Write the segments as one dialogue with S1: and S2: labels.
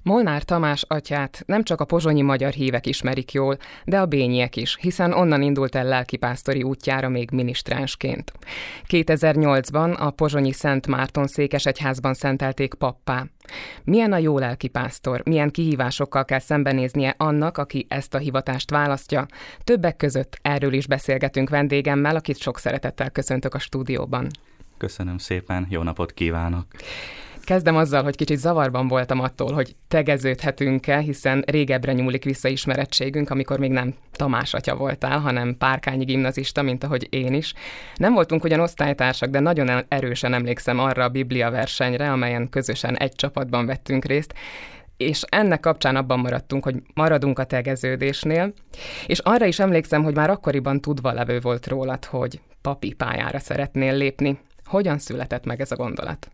S1: Molnár Tamás atyát nem csak a pozsonyi magyar hívek ismerik jól, de a bényiek is, hiszen onnan indult el lelkipásztori útjára még minisztránsként. 2008-ban a pozsonyi Szent Márton székesegyházban szentelték pappá. Milyen a jó lelkipásztor, milyen kihívásokkal kell szembenéznie annak, aki ezt a hivatást választja? Többek között erről is beszélgetünk vendégemmel, akit sok szeretettel köszöntök a stúdióban.
S2: Köszönöm szépen, jó napot kívánok!
S1: Kezdem azzal, hogy kicsit zavarban voltam attól, hogy tegeződhetünk-e, hiszen régebbre nyúlik vissza ismerettségünk, amikor még nem Tamás atya voltál, hanem párkányi gimnazista, mint ahogy én is. Nem voltunk ugyan osztálytársak, de nagyon erősen emlékszem arra a Biblia versenyre, amelyen közösen egy csapatban vettünk részt, és ennek kapcsán abban maradtunk, hogy maradunk a tegeződésnél, és arra is emlékszem, hogy már akkoriban tudva levő volt rólad, hogy papi pályára szeretnél lépni. Hogyan született meg ez a gondolat?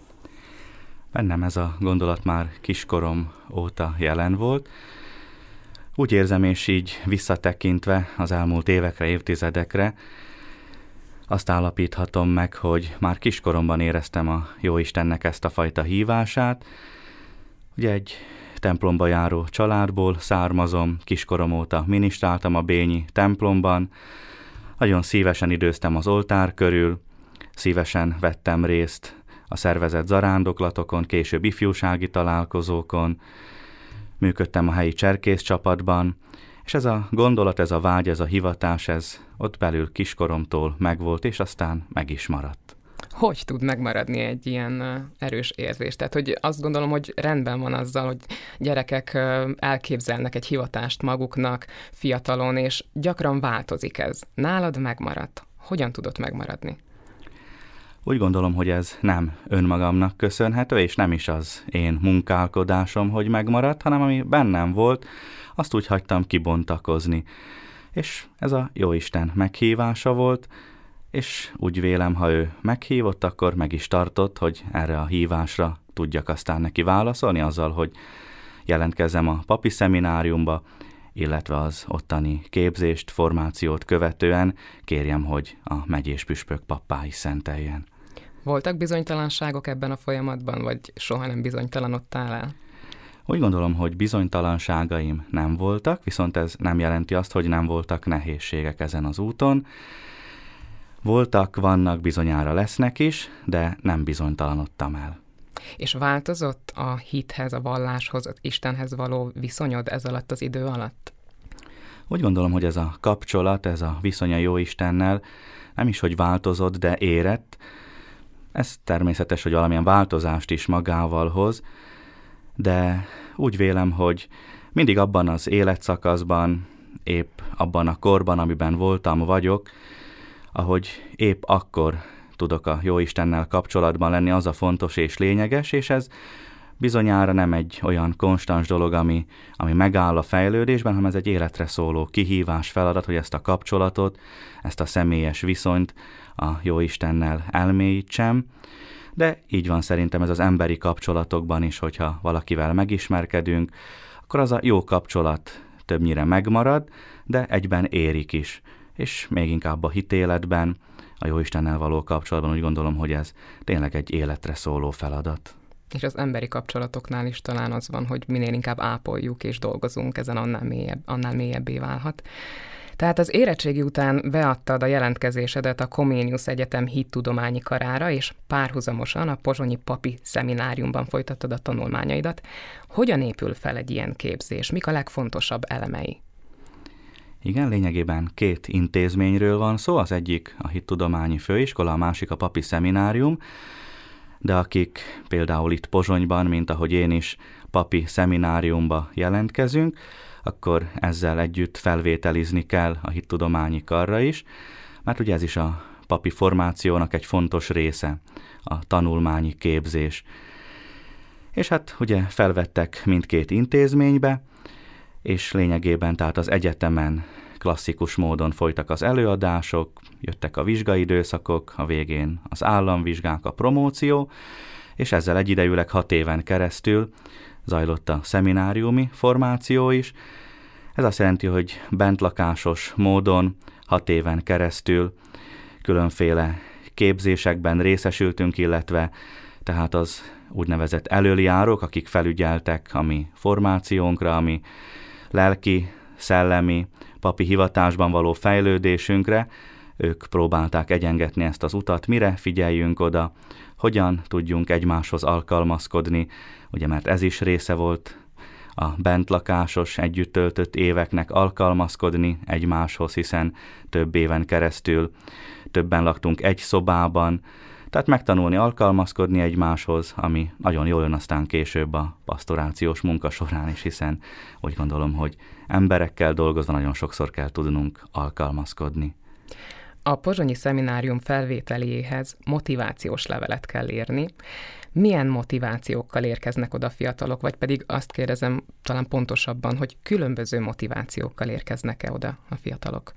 S2: Bennem ez a gondolat már kiskorom óta jelen volt. Úgy érzem, és így visszatekintve az elmúlt évekre, évtizedekre, azt állapíthatom meg, hogy már kiskoromban éreztem a Jóistennek ezt a fajta hívását. Ugye egy templomba járó családból származom, kiskorom óta minisztráltam a bényi templomban, nagyon szívesen időztem az oltár körül, szívesen vettem részt a szervezett zarándoklatokon, később ifjúsági találkozókon, működtem a helyi cserkész csapatban, és ez a gondolat, ez a vágy, ez a hivatás, ez ott belül kiskoromtól megvolt, és aztán meg is maradt.
S1: Hogy tud megmaradni egy ilyen erős érzés? Tehát, hogy azt gondolom, hogy rendben van azzal, hogy gyerekek elképzelnek egy hivatást maguknak fiatalon, és gyakran változik ez. Nálad megmaradt. Hogyan tudott megmaradni?
S2: Úgy gondolom, hogy ez nem önmagamnak köszönhető, és nem is az én munkálkodásom, hogy megmaradt, hanem ami bennem volt, azt úgy hagytam kibontakozni. És ez a Jóisten meghívása volt, és úgy vélem, ha ő meghívott, akkor meg is tartott, hogy erre a hívásra tudjak aztán neki válaszolni, azzal, hogy jelentkezzem a papi szemináriumba, illetve az ottani képzést, formációt követően kérjem, hogy a megyés püspök pappá is szenteljen.
S1: Voltak bizonytalanságok ebben a folyamatban, vagy soha nem bizonytalanodtál el?
S2: Úgy gondolom, hogy bizonytalanságaim nem voltak, viszont ez nem jelenti azt, hogy nem voltak nehézségek ezen az úton. Voltak, vannak, bizonyára lesznek is, de nem bizonytalanodtam el.
S1: És változott a hithez, a valláshoz, az Istenhez való viszonyod ez alatt az idő alatt?
S2: Úgy gondolom, hogy ez a kapcsolat, ez a viszony a Jóistennel nem is, hogy változott, de érett. Ez természetes, hogy valamilyen változást is magával hoz, de úgy vélem, hogy mindig abban az életszakaszban, épp abban a korban, amiben voltam, vagyok, ahogy épp akkor tudok a Jóistennel kapcsolatban lenni, az a fontos és lényeges, és ez bizonyára nem egy olyan konstans dolog, ami megáll a fejlődésben, hanem ez egy életre szóló kihívás, feladat, hogy ezt a kapcsolatot, ezt a személyes viszonyt a Jóistennel elmélyítsem. De így van szerintem ez az emberi kapcsolatokban is, hogyha valakivel megismerkedünk, akkor az a jó kapcsolat többnyire megmarad, de egyben érik is. És még inkább a hitéletben, a Jóistennel való kapcsolatban úgy gondolom, hogy ez tényleg egy életre szóló feladat.
S1: És az emberi kapcsolatoknál is talán az van, hogy minél inkább ápoljuk és dolgozunk, ezen annál mélyebbé válhat. Tehát az érettségi után beadtad a jelentkezésedet a Comenius Egyetem hittudományi karára, és párhuzamosan a pozsonyi papi szemináriumban folytattad a tanulmányaidat. Hogyan épül fel egy ilyen képzés? Mik a legfontosabb elemei?
S2: Igen, lényegében két intézményről van szó, az egyik a hittudományi főiskola, a másik a papi szeminárium, de akik például itt Pozsonyban, mint ahogy én is papi szemináriumba jelentkezünk, akkor ezzel együtt felvételizni kell a hittudományi karra is, mert ugye ez is a papi formációnak egy fontos része, a tanulmányi képzés. És hát ugye felvettek mindkét intézménybe, és lényegében tehát az egyetemen klasszikus módon folytak az előadások, jöttek a vizsgai időszakok, a végén az államvizsgák, a promóció, és ezzel egyidejűleg 6 éven keresztül zajlott a szemináriumi formáció is. Ez azt jelenti, hogy bentlakásos módon 6 éven keresztül különféle képzésekben részesültünk, illetve tehát az úgynevezett elöljárók, akik felügyeltek a mi formációnkra, a mi lelki, szellemi, papi hivatásban való fejlődésünkre. Ők próbálták egyengetni ezt az utat, mire figyeljünk oda, hogyan tudjunk egymáshoz alkalmazkodni, ugye mert ez is része volt a bentlakásos, együtt töltött éveknek, alkalmazkodni egymáshoz, hiszen több éven keresztül többen laktunk egy szobában, tehát megtanulni alkalmazkodni egymáshoz, ami nagyon jól jön aztán később a pastorációs munka során is, hiszen úgy gondolom, hogy emberekkel dolgozva nagyon sokszor kell tudnunk alkalmazkodni.
S1: A pozsonyi szeminárium felvételéhez motivációs levelet kell írni. Milyen motivációkkal érkeznek oda fiatalok, vagy pedig azt kérdezem talán pontosabban, hogy különböző motivációkkal érkeznek-e oda a fiatalok?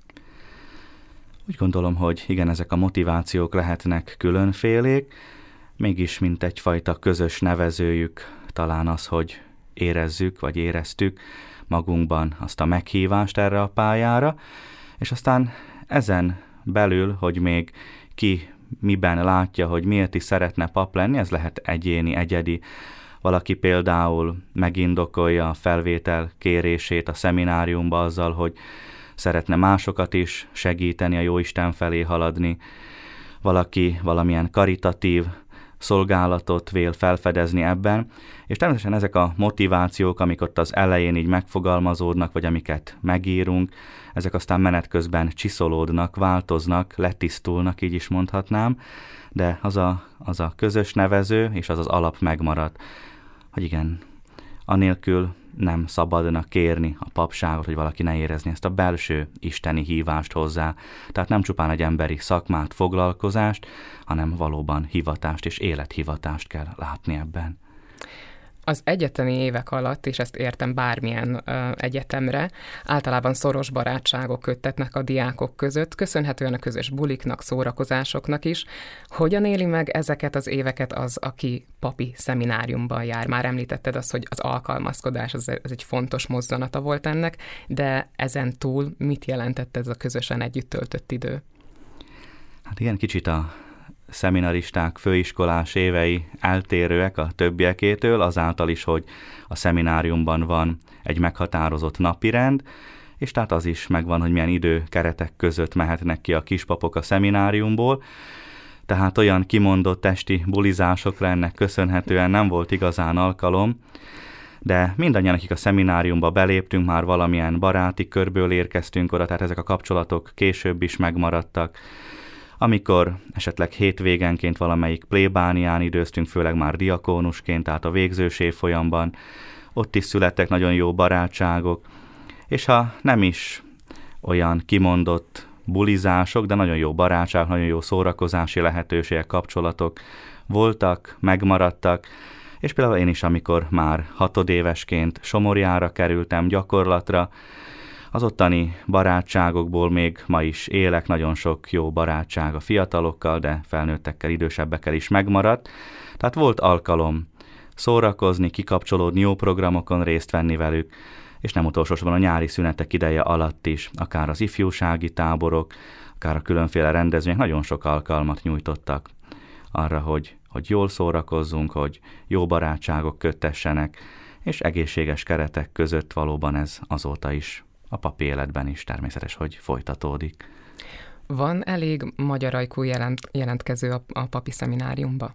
S2: Úgy gondolom, hogy igen, ezek a motivációk lehetnek különfélék, mégis mint egyfajta közös nevezőjük talán az, hogy érezzük, vagy éreztük magunkban azt a meghívást erre a pályára, és aztán ezen belül, hogy még ki miben látja, hogy miért is szeretne pap lenni, ez lehet egyéni, egyedi. Valaki például megindokolja a felvétel kérését a szemináriumba azzal, hogy szeretne másokat is segíteni, a Jóisten felé haladni. Valaki valamilyen karitatív szolgálatot vél felfedezni ebben, és természetesen ezek a motivációk, amik ott az elején így megfogalmazódnak, vagy amiket megírunk, ezek aztán menet közben csiszolódnak, változnak, letisztulnak, így is mondhatnám, de az a közös nevező, és az az alap megmarad, hogy igen, anélkül nem szabadna kérni a papságot, hogy valaki ne érezni ezt a belső isteni hívást hozzá. Tehát nem csupán egy emberi szakmát, foglalkozást, hanem valóban hivatást és élethivatást kell látni ebben.
S1: Az egyetemi évek alatt, és ezt értem bármilyen egyetemre, általában szoros barátságok köttetnek a diákok között, köszönhetően a közös buliknak, szórakozásoknak is. Hogyan éli meg ezeket az éveket az, aki papi szemináriumban jár? Már említetted azt, hogy az alkalmazkodás az egy fontos mozzanata volt ennek, de ezen túl mit jelentett ez a közösen együtt töltött idő?
S2: Hát igen, kicsit a szeminaristák főiskolás évei eltérőek a többiekétől, azáltal is, hogy a szemináriumban van egy meghatározott napirend, és tehát az is megvan, hogy milyen időkeretek között mehetnek ki a kispapok a szemináriumból, tehát olyan kimondott testi bulizásokra ennek köszönhetően nem volt igazán alkalom, de mindannyian, akik a szemináriumba beléptünk, már valamilyen baráti körből érkeztünk oda, tehát ezek a kapcsolatok később is megmaradtak. Amikor esetleg hétvégenként valamelyik plébánián időztünk, főleg már diakónusként, tehát a végzős évfolyamban, ott is születtek nagyon jó barátságok, és ha nem is olyan kimondott bulizások, de nagyon jó barátság, nagyon jó szórakozási lehetőségek, kapcsolatok voltak, megmaradtak, és például én is, amikor már 6 évesként Somorjára kerültem gyakorlatra, az ottani barátságokból még ma is élek, nagyon sok jó barátság a fiatalokkal, de felnőttekkel, idősebbekkel is megmaradt. Tehát volt alkalom szórakozni, kikapcsolódni, jó programokon részt venni velük, és nem utolsósorban a nyári szünetek ideje alatt is, akár az ifjúsági táborok, akár a különféle rendezvények nagyon sok alkalmat nyújtottak arra, hogy jól szórakozzunk, hogy jó barátságok köttessenek, és egészséges keretek között valóban ez azóta is a papi életben is természetes, hogy folytatódik.
S1: Van elég magyar ajkú jelentkező a papi szemináriumba?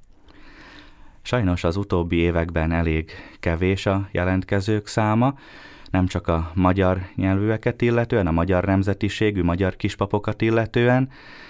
S2: Sajnos az utóbbi években elég kevés a jelentkezők száma, nem csak a magyar nyelvűeket illetően, a magyar nemzetiségű, magyar kispapokat illetően,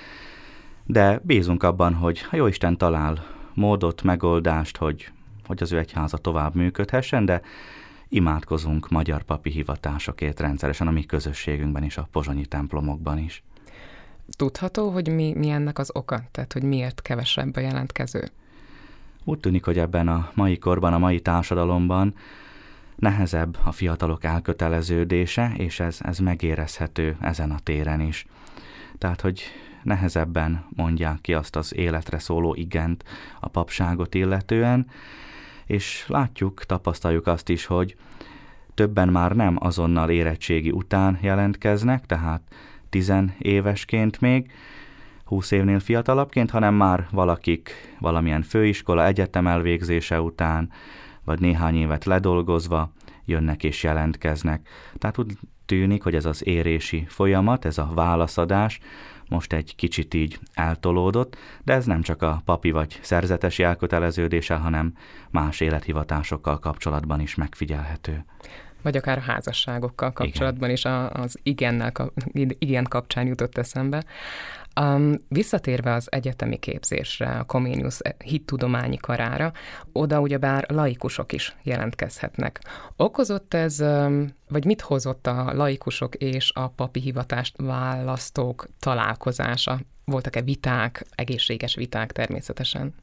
S2: de bízunk abban, hogy a Jóisten talál módot, megoldást, hogy az ő egyháza tovább működhessen, de imádkozunk magyar papi hivatásokért rendszeresen a mi közösségünkben és a pozsonyi templomokban is.
S1: Tudható, hogy mi ennek az oka? Tehát, hogy miért kevesebb a jelentkező?
S2: Úgy tűnik, hogy ebben a mai korban, a mai társadalomban nehezebb a fiatalok elköteleződése, és ez megérezhető ezen a téren is. Tehát, hogy nehezebben mondják ki azt az életre szóló igent a papságot illetően, és látjuk, tapasztaljuk azt is, hogy többen már nem azonnal érettségi után jelentkeznek, tehát 10 évesként még. 20 évnél fiatalabbként, hanem már valakik valamilyen főiskola, egyetem elvégzése után, vagy néhány évet ledolgozva jönnek és jelentkeznek. Tehát úgy tűnik, hogy ez az érési folyamat, ez a válaszadás most egy kicsit így eltolódott, de ez nem csak a papi vagy szerzetesi elköteleződése, hanem más élethivatásokkal kapcsolatban is megfigyelhető.
S1: Vagy akár a házasságokkal kapcsolatban is az igen kapcsán jutott eszembe. Visszatérve az egyetemi képzésre, a Comenius hittudományi karára, oda ugyebár laikusok is jelentkezhetnek. Okozott ez, vagy mit hozott a laikusok és a papi hivatást választók találkozása? Voltak-e viták, egészséges viták természetesen?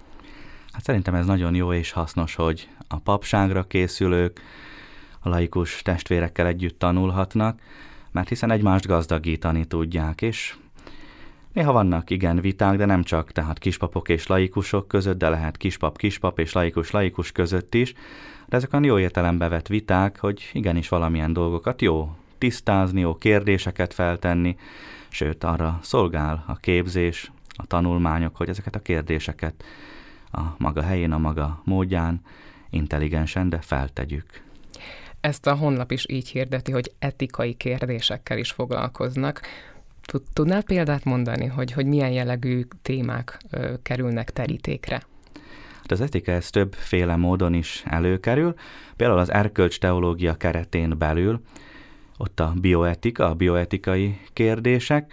S2: Hát szerintem ez nagyon jó és hasznos, hogy a papságra készülők a laikus testvérekkel együtt tanulhatnak, mert hiszen egymást gazdagítani tudják, és néha vannak igen viták, de nem csak tehát kispapok és laikusok között, de lehet kispap és laikus között is, de ezek a jó értelembe vett viták, hogy igenis valamilyen dolgokat jó tisztázni, jó kérdéseket feltenni, sőt arra szolgál a képzés, a tanulmányok, hogy ezeket a kérdéseket a maga helyén, a maga módján, intelligensen, de feltegyük.
S1: Ezt a honlap is így hirdeti, hogy etikai kérdésekkel is foglalkoznak. Tudnál példát mondani, hogy milyen jellegű témák kerülnek terítékre?
S2: Az etika ez többféle módon is előkerül, például az erkölcsteológia keretén belül, ott a bioetika, a bioetikai kérdések,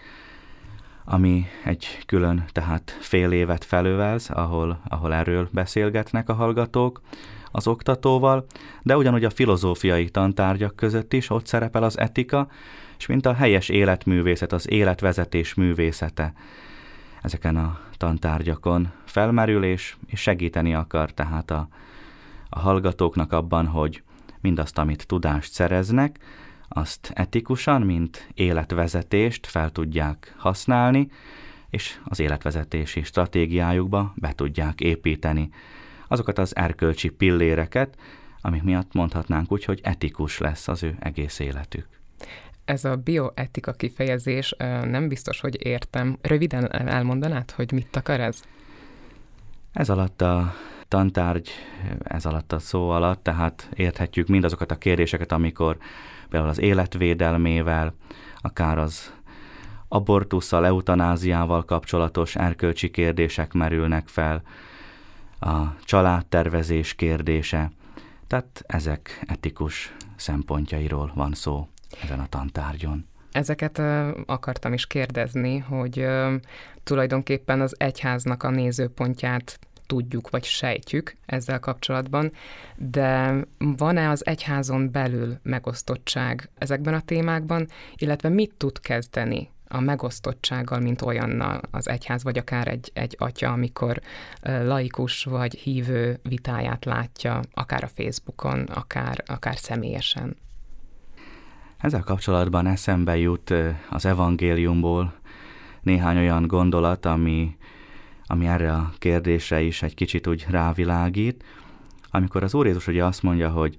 S2: ami egy külön, tehát fél évet felölelsz, ahol erről beszélgetnek a hallgatók az oktatóval, de ugyanúgy a filozófiai tantárgyak között is ott szerepel az etika, és mint a helyes életművészet, az életvezetés művészete ezeken a tantárgyakon felmerül, és segíteni akar tehát a hallgatóknak abban, hogy mindazt, amit tudást szereznek, azt etikusan, mint életvezetést fel tudják használni, és az életvezetési stratégiájukba be tudják építeni azokat az erkölcsi pilléreket, amik miatt mondhatnánk úgy, hogy etikus lesz az ő egész életük.
S1: Ez a bioetika kifejezés nem biztos, hogy értem. Röviden elmondanád, hogy mit akar ez?
S2: Ez alatt a tantárgy, ez alatt a szó alatt, tehát érthetjük mindazokat a kérdéseket, amikor például az életvédelmével, akár az abortusszal, eutanáziával kapcsolatos erkölcsi kérdések merülnek fel, a családtervezés kérdése, tehát ezek etikus szempontjairól van szó ezen a tantárgyon.
S1: Ezeket akartam is kérdezni, hogy tulajdonképpen az egyháznak a nézőpontját tudjuk, vagy sejtjük ezzel kapcsolatban, de van-e az egyházon belül megosztottság ezekben a témákban, illetve mit tud kezdeni a megosztottsággal, mint olyannal az egyház, vagy akár egy atya, amikor laikus vagy hívő vitáját látja, akár a Facebookon, akár személyesen?
S2: Ezzel kapcsolatban eszembe jut az evangéliumból néhány olyan gondolat, ami erre a kérdésre is egy kicsit úgy rávilágít, amikor az Úr Jézus ugye azt mondja, hogy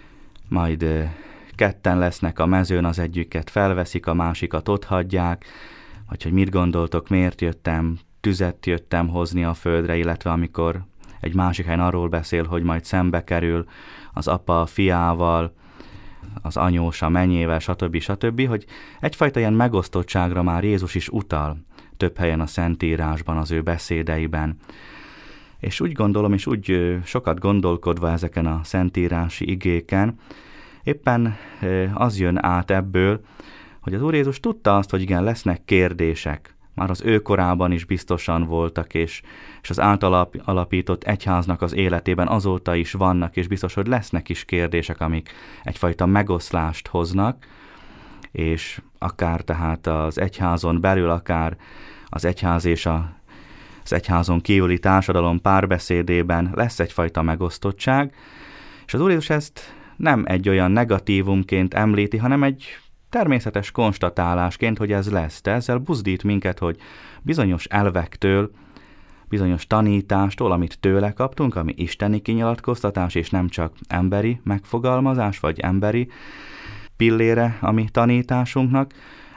S2: majd ketten lesznek a mezőn, az egyiket felveszik, a másikat otthagyják, vagy hogy mit gondoltok, miért jöttem, tüzet jöttem hozni a földre, illetve amikor egy másik helyen arról beszél, hogy majd szembe kerül az apa a fiával, az anyós a mennyével, stb., hogy egyfajta ilyen megosztottságra már Jézus is utal több helyen a Szentírásban, az ő beszédeiben. És úgy gondolom, és úgy sokat gondolkodva ezeken a szentírási igéken, éppen az jön át ebből, hogy az Úr Jézus tudta azt, hogy igen, lesznek kérdések. Már az ő korában is biztosan voltak, és az által alapított egyháznak az életében azóta is vannak, és biztos, hogy lesznek is kérdések, amik egyfajta megoszlást hoznak, és akár tehát az egyházon belül, akár az egyház és az egyházon kívüli társadalom párbeszédében lesz egyfajta megosztottság, és az Úr Jézus ezt nem egy olyan negatívumként említi, hanem egy természetes konstatálásként, hogy ez lesz. De ezzel buzdít minket, hogy bizonyos elvektől, bizonyos tanítástól, amit tőle kaptunk, ami isteni kinyilatkoztatás, és nem csak emberi megfogalmazás, vagy emberi pillére a mi tanításunknak,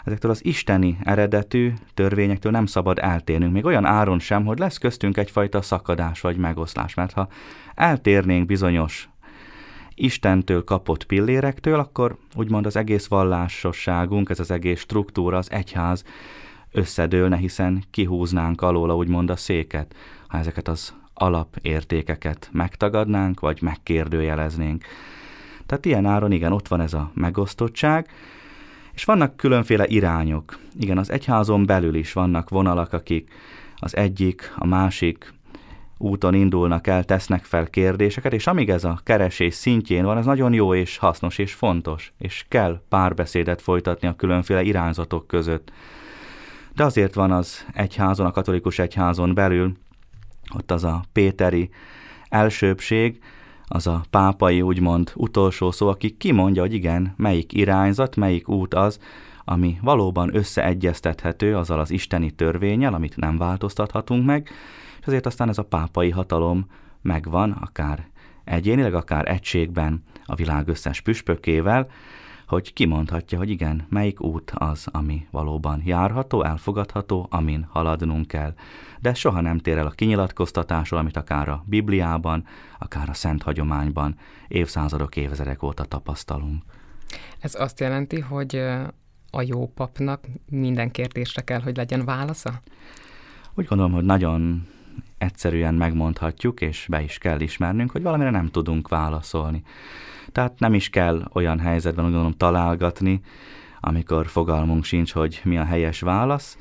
S2: ezektől az isteni eredetű törvényektől nem szabad eltérnünk, még olyan áron sem, hogy lesz köztünk egyfajta szakadás vagy megoszlás, mert ha eltérnénk bizonyos Istentől kapott pillérektől, akkor úgymond az egész vallásosságunk, ez az egész struktúra, az egyház összedőlne, hiszen kihúznánk alóla úgymond a széket, ha ezeket az alapértékeket megtagadnánk, vagy megkérdőjeleznénk. Tehát ilyen áron igen, ott van ez a megosztottság, és vannak különféle irányok. Igen, az egyházon belül is vannak vonalak, akik az egyik, a másik úton indulnak el, tesznek fel kérdéseket, és amíg ez a keresés szintjén van, ez nagyon jó és hasznos és fontos, és kell párbeszédet folytatni a különféle irányzatok között. De azért van az egyházon, a katolikus egyházon belül, ott az a péteri elsőbbség, az a pápai úgymond utolsó szó, aki kimondja, hogy igen, melyik irányzat, melyik út az, ami valóban összeegyeztethető azzal az isteni törvénnyel, amit nem változtathatunk meg, és azért aztán ez a pápai hatalom megvan, akár egyénileg, akár egységben a világ összes püspökével, hogy kimondhatja, hogy igen, melyik út az, ami valóban járható, elfogadható, amin haladnunk kell. De soha nem tér el a kinyilatkoztatásról, amit akár a Bibliában, akár a Szent Hagyományban évszázadok, évezredek óta tapasztalunk.
S1: Ez azt jelenti, hogy a jó papnak minden kérdésre kell, hogy legyen válasza?
S2: Úgy gondolom, hogy nagyon egyszerűen megmondhatjuk, és be is kell ismernünk, hogy valamire nem tudunk válaszolni. Tehát nem is kell olyan helyzetben, úgy gondolom, találgatni, amikor fogalmunk sincs, hogy mi a helyes válasz.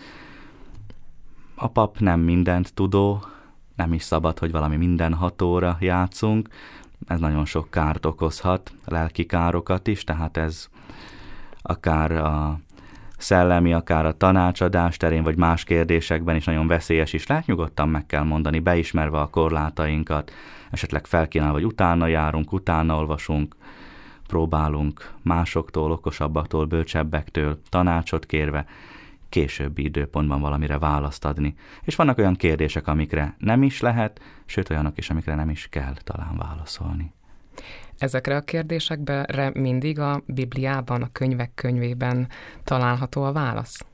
S2: A pap nem mindent tudó, nem is szabad, hogy valami mindenhatóra játszunk. Ez nagyon sok kárt okozhat, lelki károkat is, tehát ez akár a szellemi, akár a tanácsadás terén, vagy más kérdésekben is nagyon veszélyes is lehet. Nyugodtan meg kell mondani, beismerve a korlátainkat, esetleg felkínálva, vagy utána járunk, utána olvasunk, próbálunk másoktól, okosabbaktól, bölcsebbektől tanácsot kérve, későbbi időpontban valamire választ adni. És vannak olyan kérdések, amikre nem is lehet, sőt olyanok is, amikre nem is kell talán válaszolni.
S1: Ezekre a kérdésekre mindig a Bibliában, a könyvek könyvében található a válasz?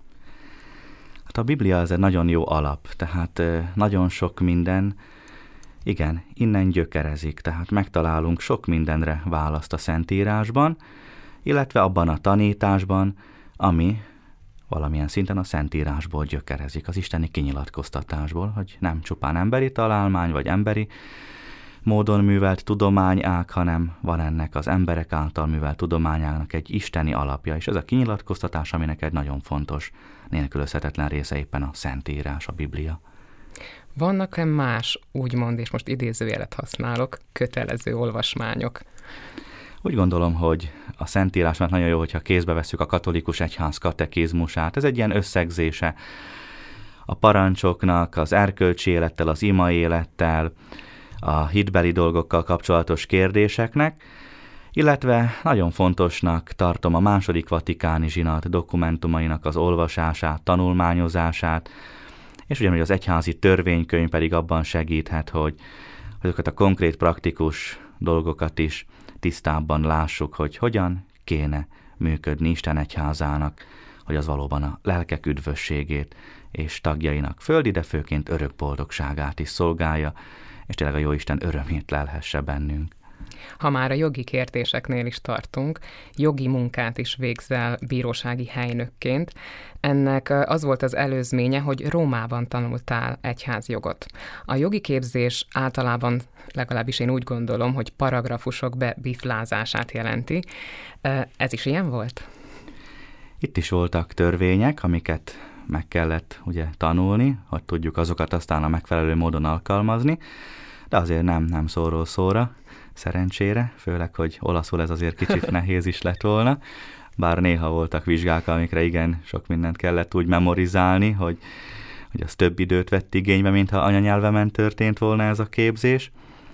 S2: Hát a Biblia az egy nagyon jó alap, tehát nagyon sok minden, igen, innen gyökerezik, tehát megtalálunk sok mindenre választ a Szentírásban, illetve abban a tanításban, ami valamilyen szinten a Szentírásból gyökerezik, az isteni kinyilatkoztatásból, hogy nem csupán emberi találmány, vagy emberi módon művelt tudományág, hanem van ennek az emberek által művelt tudományágnak egy isteni alapja, és ez a kinyilatkoztatás, aminek egy nagyon fontos, nélkülözhetetlen része éppen a Szentírás, a Biblia.
S1: Vannak-e más, úgymond, és most idézőjelet használok, kötelező olvasmányok?
S2: Úgy gondolom, hogy a Szentírás, mert nagyon jó, hogyha kézbe vesszük a katolikus egyház katekizmusát. Ez egy ilyen összegzése a parancsoknak, az erkölcsi élettel, az ima élettel, a hitbeli dolgokkal kapcsolatos kérdéseknek, illetve nagyon fontosnak tartom a második vatikáni zsinat dokumentumainak az olvasását, tanulmányozását, és ugyanúgy az egyházi törvénykönyv pedig abban segíthet, hogy azokat a konkrét, praktikus dolgokat is tisztábban lássuk, hogy hogyan kéne működni Isten egyházának, hogy az valóban a lelkek üdvösségét és tagjainak földi, de főként örök boldogságát is szolgálja, és tényleg a Jóisten örömét lelhesse bennünk.
S1: Ha már a jogi kérdéseknél is tartunk, jogi munkát is végzel bírósági helynökként. Ennek az volt az előzménye, hogy Rómában tanultál egyházjogot. A jogi képzés általában, legalábbis én úgy gondolom, hogy paragrafusok bebiflázását jelenti. Ez is ilyen volt?
S2: Itt is voltak törvények, amiket meg kellett ugye tanulni, hogy tudjuk azokat aztán a megfelelő módon alkalmazni, de azért nem szóról szóra, szerencsére, főleg, hogy olaszul ez azért kicsit nehéz is lett volna, bár néha voltak vizsgák, amikre igen, sok mindent kellett úgy memorizálni, hogy az több időt vett igénybe, mintha anyanyelvemen történt volna ez a képzés.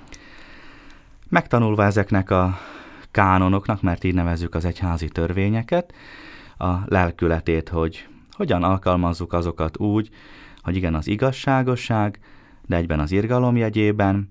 S2: Megtanulva ezeknek a kánonoknak, mert így nevezzük az egyházi törvényeket, a lelkületét, hogy hogyan alkalmazzuk azokat úgy, hogy igen, az igazságosság, de egyben az irgalom jegyében,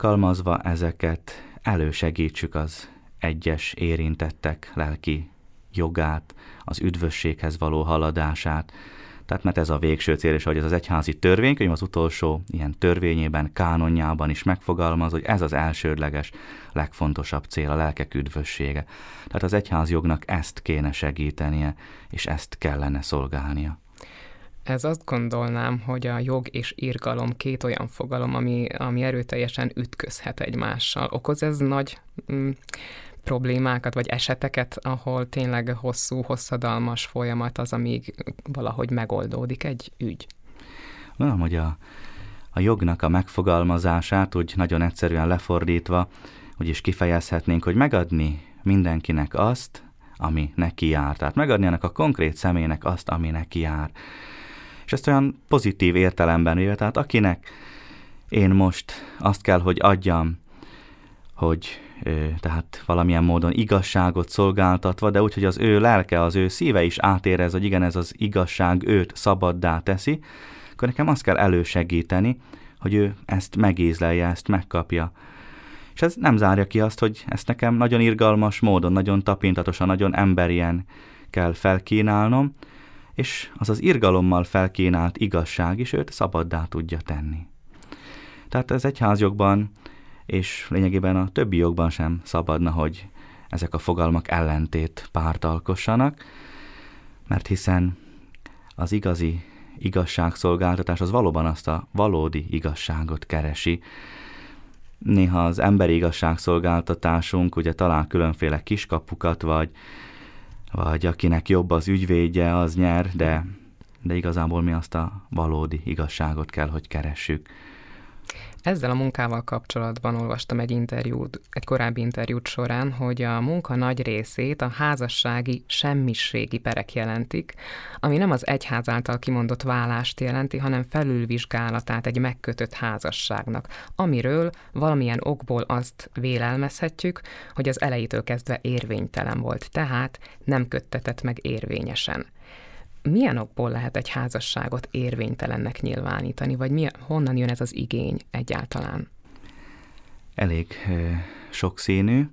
S2: alkalmazva ezeket elősegítsük az egyes érintettek lelki jogát, az üdvösséghez való haladását. Tehát mert ez a végső cél, és ahogy ez az egyházi törvénykönyv az utolsó ilyen törvényében, kánonjában is megfogalmaz, hogy ez az elsődleges, legfontosabb cél, a lelkek üdvössége. Tehát az egyházjognak ezt kéne segítenie, és ezt kellene szolgálnia.
S1: Ez azt gondolnám, hogy a jog és irgalom két olyan fogalom, ami erőteljesen ütközhet egymással. Okoz ez nagy problémákat, vagy eseteket, ahol tényleg hosszú, hosszadalmas folyamat az, amíg valahogy megoldódik egy ügy?
S2: Gondolom, hogy a jognak a megfogalmazását úgy nagyon egyszerűen lefordítva, úgyis kifejezhetnénk, hogy megadni mindenkinek azt, ami neki jár. Tehát megadni ennek a konkrét személynek azt, ami neki jár. És ezt olyan pozitív értelemben véve, tehát akinek én most azt kell, hogy adjam, hogy tehát valamilyen módon igazságot szolgáltatva, de úgy, hogy az ő lelke, az ő szíve is átérez, hogy igen, ez az igazság őt szabaddá teszi, akkor nekem azt kell elősegíteni, hogy ő ezt megízlelje, ezt megkapja. És ez nem zárja ki azt, hogy ezt nekem nagyon irgalmas módon, nagyon tapintatosan, nagyon emberien kell felkínálnom, és az az irgalommal felkínált igazság is őt szabaddá tudja tenni. Tehát az egyházjogban és lényegében a többi jogban sem szabadna, hogy ezek a fogalmak ellentét párt alkossanak, mert hiszen az igazi igazságszolgáltatás az valóban azt a valódi igazságot keresi. Néha az emberi igazságszolgáltatásunk ugye talál különféle kiskapukat, vagy akinek jobb az ügyvédje, az nyer, de igazából mi azt a valódi igazságot kell, hogy keressük.
S1: Ezzel a munkával kapcsolatban olvastam egy korábbi interjút során, hogy a munka nagy részét a házassági semmiségi perek jelentik, ami nem az egyház által kimondott válást jelenti, hanem felülvizsgálatát egy megkötött házasságnak, amiről valamilyen okból azt vélelmezhetjük, hogy az elejétől kezdve érvénytelen volt, tehát nem köttetett meg érvényesen. Milyen okból lehet egy házasságot érvénytelennek nyilvánítani, vagy honnan jön ez az igény egyáltalán?
S2: Elég sokszínű,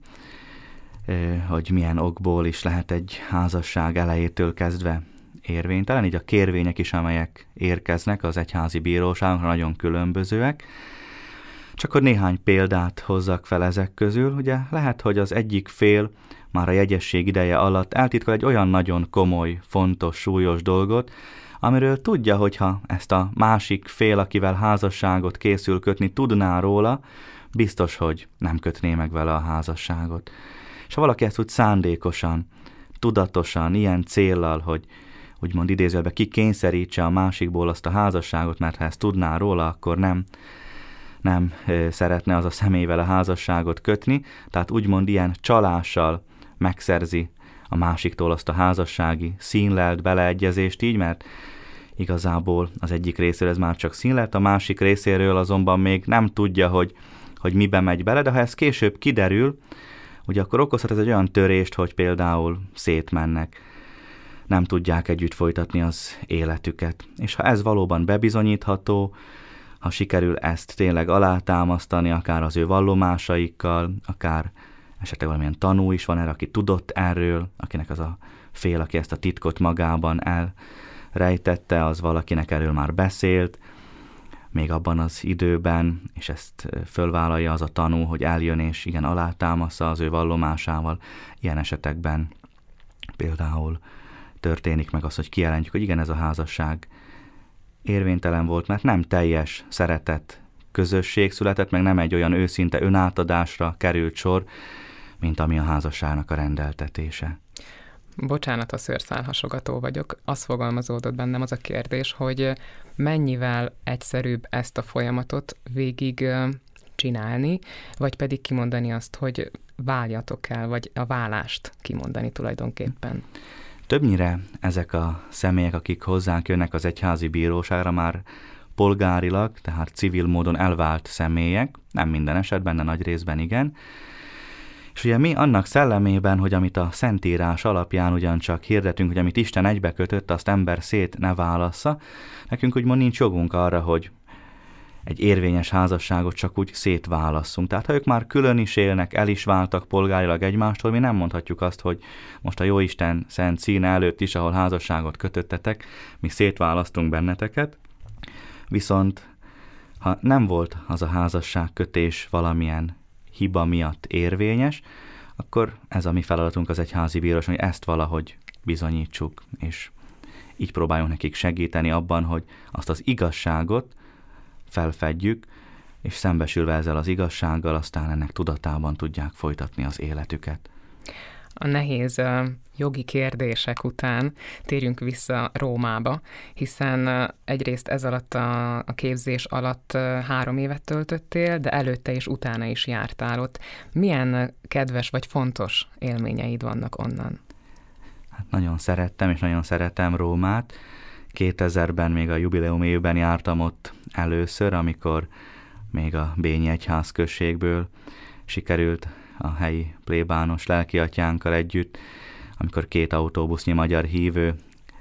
S2: hogy milyen okból is lehet egy házasság elejétől kezdve érvénytelen. Így a kérvények is, amelyek érkeznek az egyházi bíróságra, nagyon különbözőek. Csak hogy néhány példát hozzak fel ezek közül. Ugye lehet, hogy az egyik fél már a jegyesség ideje alatt eltitkol egy olyan nagyon komoly, fontos, súlyos dolgot, amiről tudja, hogyha ezt a másik fél, akivel házasságot készül kötni, tudná róla, biztos, hogy nem kötné meg vele a házasságot. És ha valaki ezt úgy szándékosan, tudatosan, ilyen céllal, hogy úgymond idézőjelben kikényszerítse a másikból azt a házasságot, mert ha ezt tudná róla, akkor nem szeretne az a személyvel a házasságot kötni, tehát úgymond ilyen csalással megszerzi a másiktól azt a házassági színlelt beleegyezést így, mert igazából az egyik részéről ez már csak színlelt, a másik részéről azonban még nem tudja, hogy mibe megy bele, de ha ez később kiderül, ugye akkor okozhat ez egy olyan törést, hogy például szétmennek, nem tudják együtt folytatni az életüket. És ha ez valóban bebizonyítható, ha sikerül ezt tényleg alátámasztani, akár az ő vallomásaikkal, akár esetleg valamilyen tanú is van erre, aki tudott erről, akinek az a fél, aki ezt a titkot magában elrejtette, az valakinek erről már beszélt, még abban az időben, és ezt fölvállalja az a tanú, hogy eljön és igen, alátámaszza az ő vallomásával. Ilyen esetekben például történik meg az, hogy kijelentjük, hogy igen, ez a házasság érvénytelen volt, mert nem teljes szeretet közösség született, meg nem egy olyan őszinte önátadásra került sor, mint ami a házasságnak a rendeltetése.
S1: Bocsánat, a szőrszálhasogató vagyok. Az fogalmazódott bennem az a kérdés, hogy mennyivel egyszerűbb ezt a folyamatot végig csinálni, vagy pedig kimondani azt, hogy váljatok el, vagy a válást kimondani tulajdonképpen.
S2: Többnyire ezek a személyek, akik hozzánk jönnek az egyházi bíróságra, már polgárilag, tehát civil módon elvált személyek, nem minden esetben, de nagy részben igen. És ugye mi annak szellemében, hogy amit a Szentírás alapján ugyancsak hirdetünk, hogy amit Isten egybekötött, azt ember szét ne válassza, nekünk úgymond nincs jogunk arra, hogy egy érvényes házasságot csak úgy szétválasszunk. Tehát ha ők már külön is élnek, el is váltak polgárilag egymástól, mi nem mondhatjuk azt, hogy most a Jóisten szent színe előtt is, ahol házasságot kötöttetek, mi szétválasztunk benneteket. Viszont ha nem volt az a házasságkötés valamilyen hiba miatt érvényes, akkor ez a mi feladatunk az egyházi bíróságon, hogy ezt valahogy bizonyítsuk, és így próbáljunk nekik segíteni abban, hogy azt az igazságot felfedjük, és szembesülve ezzel az igazsággal, aztán ennek tudatában tudják folytatni az életüket.
S1: A nehéz jogi kérdések után térjünk vissza Rómába, hiszen egyrészt ez alatt a képzés alatt 3 évet töltöttél, de előtte és utána is jártál ott. Milyen kedves vagy fontos élményeid vannak onnan?
S2: Hát nagyon szerettem, és nagyon szeretem Rómát. 2000-ben még a jubileum évben jártam ott először, amikor még a Bényi egyházközségből sikerült a helyi plébános lelkiatyánkkal együtt, amikor 2 autóbusznyi magyar hívő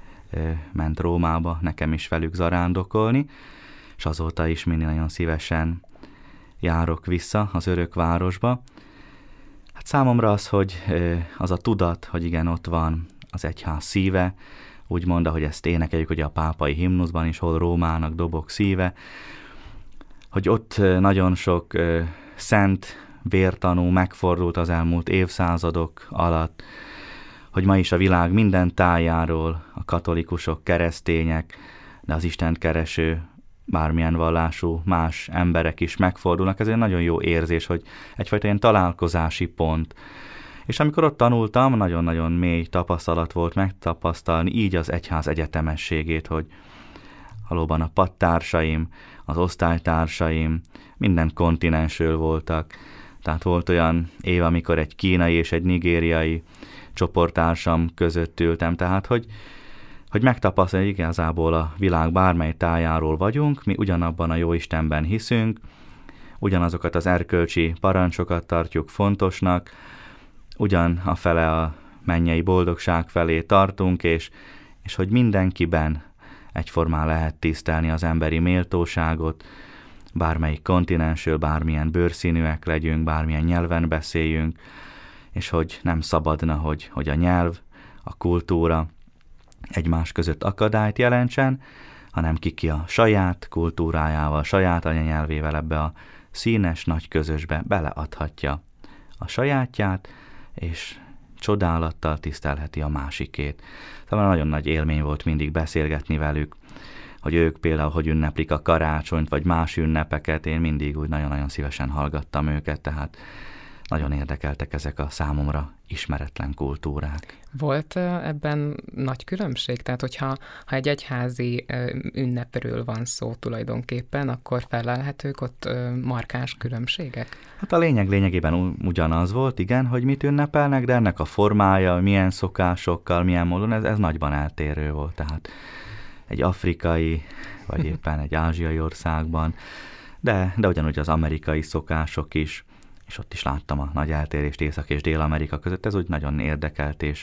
S2: ment Rómába, nekem is velük zarándokolni, és azóta is mindig nagyon szívesen járok vissza az örök városba. Hát számomra az, hogy az a tudat, hogy igen, ott van az egyház szíve, úgy mondta, hogy ezt énekeljük ugye a pápai himnuszban is, hol Rómának dobog szíve, hogy ott nagyon sok szent vértanú megfordult az elmúlt évszázadok alatt, hogy ma is a világ minden tájáról a katolikusok, keresztények, de az Istent kereső, bármilyen vallású más emberek is megfordulnak. Ez egy nagyon jó érzés, hogy egyfajta ilyen találkozási pont. És amikor ott tanultam, nagyon-nagyon mély tapasztalat volt megtapasztalni így az egyház egyetemességét, hogy valóban a padtársaim, az osztálytársaim minden kontinensről voltak. Tehát volt olyan év, amikor egy kínai és egy nigériai csoporttársam között ültem, tehát hogy megtapasztalni, hogy igazából a világ bármely tájáról vagyunk, mi ugyanabban a Jóistenben hiszünk, ugyanazokat az erkölcsi parancsokat tartjuk fontosnak, ugyan a fele a mennyei boldogság felé tartunk, és hogy mindenkiben egyformán lehet tisztelni az emberi méltóságot, bármelyik kontinensről, bármilyen bőrszínűek legyünk, bármilyen nyelven beszéljünk, és hogy nem szabadna, hogy a nyelv, a kultúra egymás között akadályt jelentsen, hanem ki a saját kultúrájával, saját anyanyelvével ebbe a színes nagy közösbe beleadhatja a sajátját, és csodálattal tisztelheti a másikét. Szóval nagyon nagy élmény volt mindig beszélgetni velük, hogy ők például hogy ünneplik a karácsonyt, vagy más ünnepeket, én mindig úgy nagyon-nagyon szívesen hallgattam őket, tehát nagyon érdekeltek ezek a számomra ismeretlen kultúrák.
S1: Volt ebben nagy különbség? Tehát, hogyha egy egyházi ünnepről van szó tulajdonképpen, akkor felelhetők ott markáns különbségek?
S2: Hát a lényegében ugyanaz volt, igen, hogy mit ünnepelnek, de ennek a formája, milyen szokásokkal, milyen módon, ez nagyban eltérő volt. Tehát egy afrikai, vagy éppen egy ázsiai országban, de ugyanúgy az amerikai szokások is, és ott is láttam a nagy eltérést Észak- és Dél-Amerika között, ez úgy nagyon érdekelt, és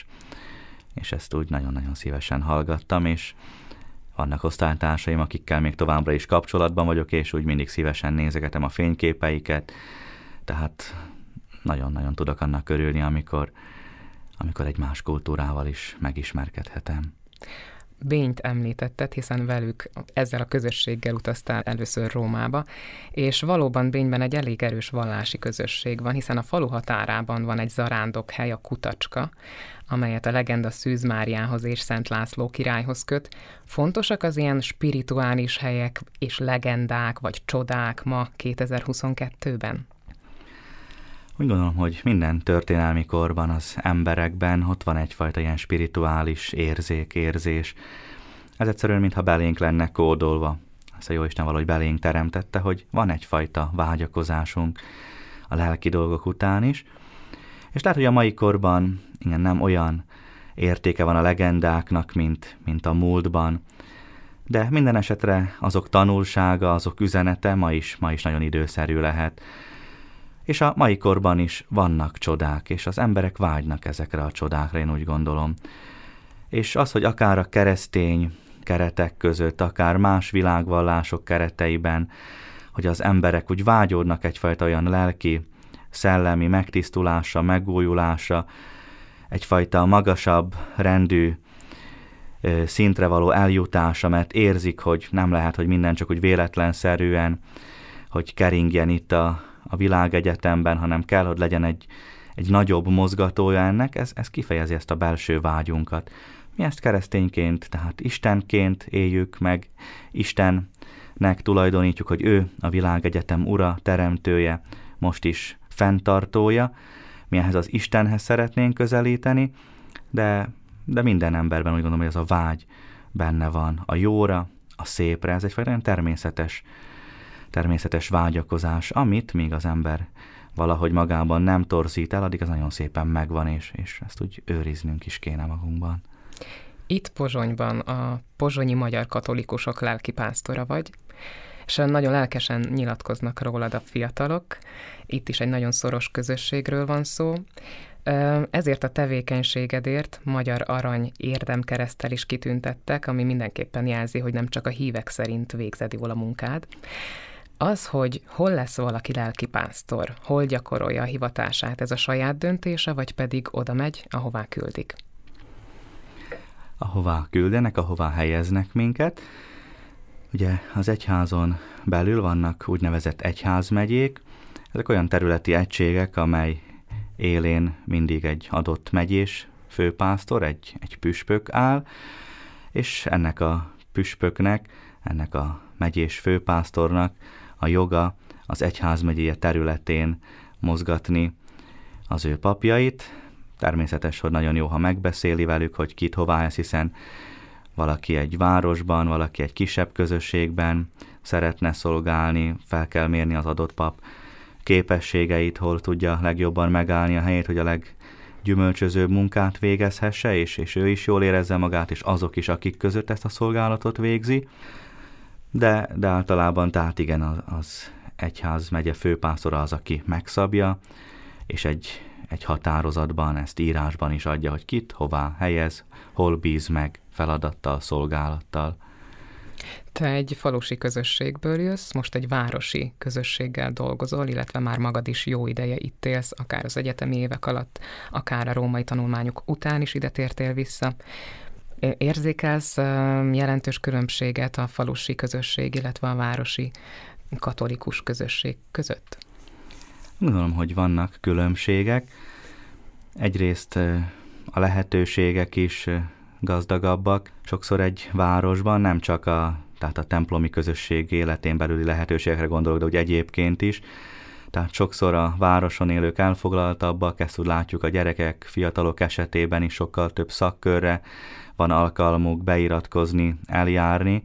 S2: ezt úgy nagyon-nagyon szívesen hallgattam, és vannak osztálytársaim, akikkel még továbbra is kapcsolatban vagyok, és úgy mindig szívesen nézegetem a fényképeiket, tehát nagyon-nagyon tudok annak örülni, amikor egy más kultúrával is megismerkedhetem.
S1: Bényt említetted, hiszen velük, ezzel a közösséggel utaztál először Rómába, és valóban Bényben egy elég erős vallási közösség van, hiszen a falu határában van egy zarándokhely, a Kutacska, amelyet a legenda Szűz Máriához és Szent László királyhoz köt. Fontosak az ilyen spirituális helyek és legendák vagy csodák ma 2022-ben?
S2: Úgy gondolom, hogy minden történelmi korban az emberekben ott van egyfajta ilyen spirituális érzés. Ez egyszerűen, mintha belénk lenne kódolva. Ezt a Jóisten valahogy belénk teremtette, hogy van egyfajta vágyakozásunk a lelki dolgok után is. És lehet, hogy a mai korban igen, nem olyan értéke van a legendáknak, mint a múltban, de minden esetre azok tanulsága, azok üzenete ma is nagyon időszerű lehet. És a mai korban is vannak csodák, és az emberek vágynak ezekre a csodákra, én úgy gondolom. És az, hogy akár a keresztény keretek között, akár más világvallások kereteiben, hogy az emberek úgy vágyódnak egyfajta olyan lelki, szellemi megtisztulásra, megújulásra, egyfajta magasabb rendű szintre való eljutásra, mert érzik, hogy nem lehet, hogy minden csak úgy véletlenszerűen, hogy keringjen itt a világegyetemben, hanem kell, hogy legyen egy nagyobb mozgatója ennek, ez kifejezi ezt a belső vágyunkat. Mi ezt keresztényként, tehát Istenként éljük meg, Istennek tulajdonítjuk, hogy ő a világegyetem ura, teremtője, most is fenntartója. Mi ehhez az Istenhez szeretnénk közelíteni, de minden emberben úgy gondolom, hogy ez a vágy benne van. A jóra, a szépre, ez egyfajta olyan természetes vágyakozás, amit még az ember valahogy magában nem torzít el, addig az nagyon szépen megvan, és ezt úgy őriznünk is kéne magunkban.
S1: Itt Pozsonyban a pozsonyi magyar katolikusok lelkipásztora vagy, és nagyon lelkesen nyilatkoznak rólad a fiatalok. Itt is egy nagyon szoros közösségről van szó. Ezért a tevékenységedért Magyar Arany érdemkereszttel is kitüntettek, ami mindenképpen jelzi, hogy nem csak a hívek szerint végzed jól a munkád. Az, hogy hol lesz valaki lelkipásztor, hol gyakorolja a hivatását, ez a saját döntése, vagy pedig oda megy, ahová küldik?
S2: Ahová küldenek, ahová helyeznek minket. Ugye az egyházon belül vannak úgynevezett egyházmegyék, ezek olyan területi egységek, amely élén mindig egy adott megyés főpásztor, egy püspök áll, és ennek a püspöknek, ennek a megyés főpásztornak a joga az egyházmegyéje területén mozgatni az ő papjait. Természetes, hogy nagyon jó, ha megbeszéli velük, hogy kit hová ez, hiszen valaki egy városban, valaki egy kisebb közösségben szeretne szolgálni, fel kell mérni az adott pap képességeit, hol tudja legjobban megállni a helyét, hogy a leggyümölcsözőbb munkát végezhesse, és ő is jól érezze magát, és azok is, akik között ezt a szolgálatot végzi. De általában, tehát igen, az egyházmegye főpásztora az, aki megszabja, és egy határozatban, ezt írásban is adja, hogy kit, hová helyez, hol bíz meg feladattal, szolgálattal.
S1: Te egy falusi közösségből jössz, most egy városi közösséggel dolgozol, illetve már magad is jó ideje itt élsz, akár az egyetemi évek alatt, akár a római tanulmányok után is ide tértél vissza. Érzékelsz jelentős különbséget a falusi közösség, illetve a városi katolikus közösség között?
S2: Gondolom, hogy vannak különbségek. Egyrészt a lehetőségek is gazdagabbak. Sokszor egy városban nem csak tehát a templomi közösség életén belüli lehetőségekre gondolok, de úgy egyébként is. Tehát sokszor a városon élők elfoglaltabbak, ezt úgy látjuk a gyerekek, fiatalok esetében is sokkal több szakkörre van alkalmuk beiratkozni, eljárni,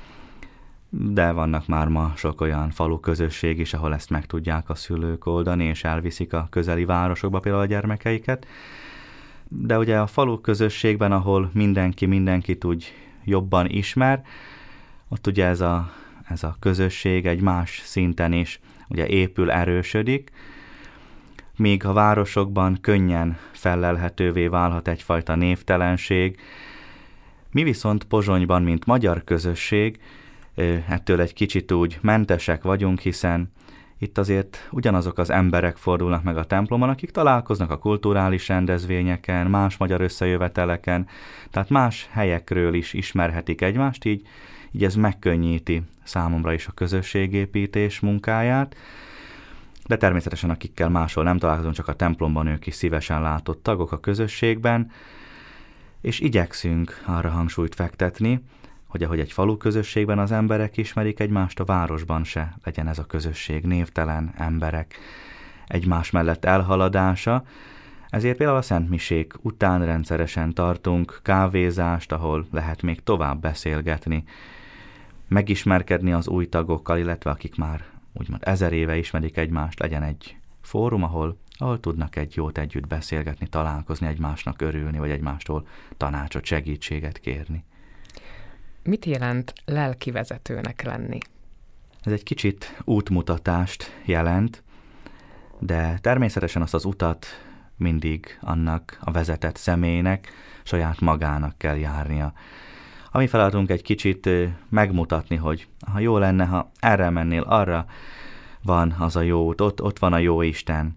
S2: de vannak már ma sok olyan falu közösség is, ahol ezt meg tudják a szülők oldani, és elviszik a közeli városokba például a gyermekeiket. De ugye a falu közösségben, ahol mindenkit úgy jobban ismer, ott ugye ez a közösség egy más szinten is ugye épül, erősödik, míg a városokban könnyen fellelhetővé válhat egyfajta névtelenség. Mi viszont Pozsonyban, mint magyar közösség, ettől egy kicsit úgy mentesek vagyunk, hiszen itt azért ugyanazok az emberek fordulnak meg a templomon, akik találkoznak a kulturális rendezvényeken, más magyar összejöveteleken, tehát más helyekről is ismerhetik egymást, így ez megkönnyíti számomra is a közösségépítés munkáját, de természetesen akikkel máshol nem találkozunk, csak a templomban, ők is szívesen látott tagok a közösségben, és igyekszünk arra hangsúlyt fektetni, hogy ahogy egy falu közösségben az emberek ismerik egymást, a városban se legyen ez a közösség névtelen emberek egymás mellett elhaladása. Ezért például a szentmisék után rendszeresen tartunk kávézást, ahol lehet még tovább beszélgetni, megismerkedni az új tagokkal, illetve akik már úgymond 1000 éve ismerik egymást, legyen egy fórum, ahol tudnak egy jót együtt beszélgetni, találkozni, egymásnak örülni, vagy egymástól tanácsot, segítséget kérni.
S1: Mit jelent lelkivezetőnek lenni?
S2: Ez egy kicsit útmutatást jelent, de természetesen azt az utat mindig annak a vezetett személynek saját magának kell járnia. A mi feladatunk egy kicsit megmutatni, hogy ha jó lenne, ha erre mennél, arra van az a jó út, ott van a jó Isten.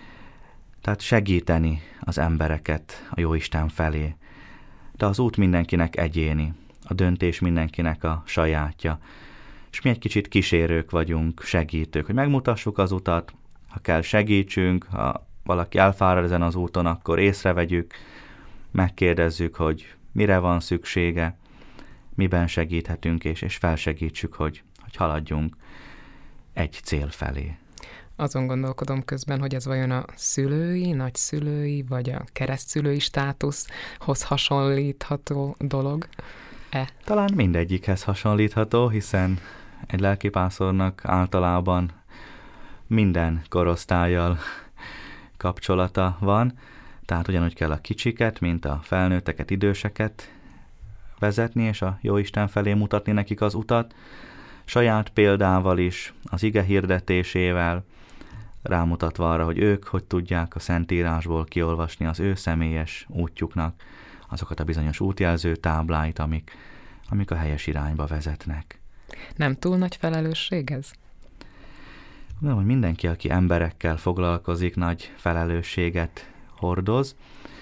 S2: Tehát segíteni az embereket a jó Isten felé. De az út mindenkinek egyéni, a döntés mindenkinek a sajátja. És mi egy kicsit kísérők vagyunk, segítők, hogy megmutassuk az utat, ha kell segítsünk, ha valaki elfárad ezen az úton, akkor észrevegyük, megkérdezzük, hogy mire van szüksége, miben segíthetünk, és felsegítsük, hogy haladjunk egy cél felé.
S1: Azon gondolkodom közben, hogy ez vajon a szülői, nagyszülői, vagy a keresztszülői státuszhoz hasonlítható dolog-e?
S2: Talán mindegyikhez hasonlítható, hiszen egy lelkipásztornak általában minden korosztállyal kapcsolata van, tehát ugyanúgy kell a kicsiket, mint a felnőtteket, időseket vezetni, és a Jóisten felé mutatni nekik az utat, saját példával is, az ige hirdetésével, rámutatva arra, hogy ők hogy tudják a Szentírásból kiolvasni az ő személyes útjuknak azokat a bizonyos útjelző tábláit, amik a helyes irányba vezetnek.
S1: Nem túl nagy felelősség ez?
S2: Gondolom, hogy mindenki, aki emberekkel foglalkozik, nagy felelősséget hordoz.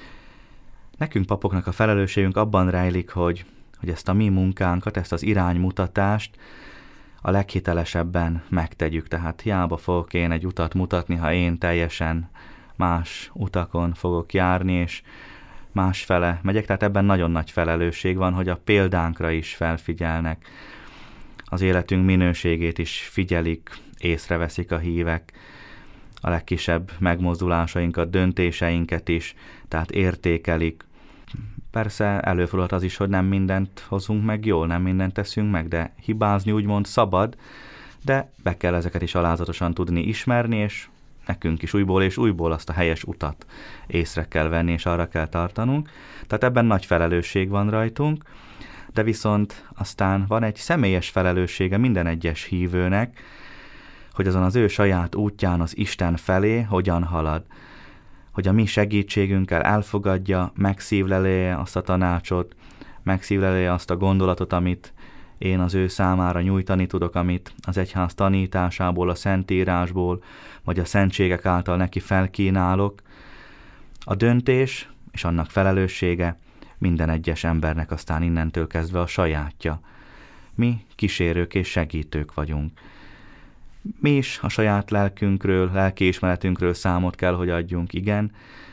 S2: Nekünk papoknak a felelősségünk abban rejlik, hogy ezt a mi munkánkat, ezt az iránymutatást a leghitelesebben megtegyük. Tehát hiába fogok én egy utat mutatni, ha én teljesen más utakon fogok járni, és másfele megyek. Tehát ebben nagyon nagy felelősség van, hogy a példánkra is felfigyelnek. Az életünk minőségét is figyelik, észreveszik a hívek, a legkisebb megmozdulásainkat, döntéseinket is, tehát értékelik. Persze előfordulhat az is, hogy nem mindent hozunk meg jól, nem mindent teszünk meg, de hibázni úgymond szabad, de be kell ezeket is alázatosan tudni ismerni, és nekünk is újból és újból azt a helyes utat észre kell venni, és arra kell tartanunk. Tehát ebben nagy felelősség van rajtunk, de viszont aztán van egy személyes felelőssége minden egyes hívőnek, hogy azon az ő saját útján az Isten felé hogyan halad, hogy a mi segítségünkkel elfogadja, megszívlelje azt a tanácsot, megszívlelje azt a gondolatot, amit én az ő számára nyújtani tudok, amit az egyház tanításából, a Szentírásból, vagy a szentségek által neki felkínálok. A döntés és annak felelőssége minden egyes embernek aztán innentől kezdve a sajátja. Mi kísérők és segítők vagyunk. Mi is a saját lelkünkről, lelkiismeretünkről számot kell, hogy adjunk, igen.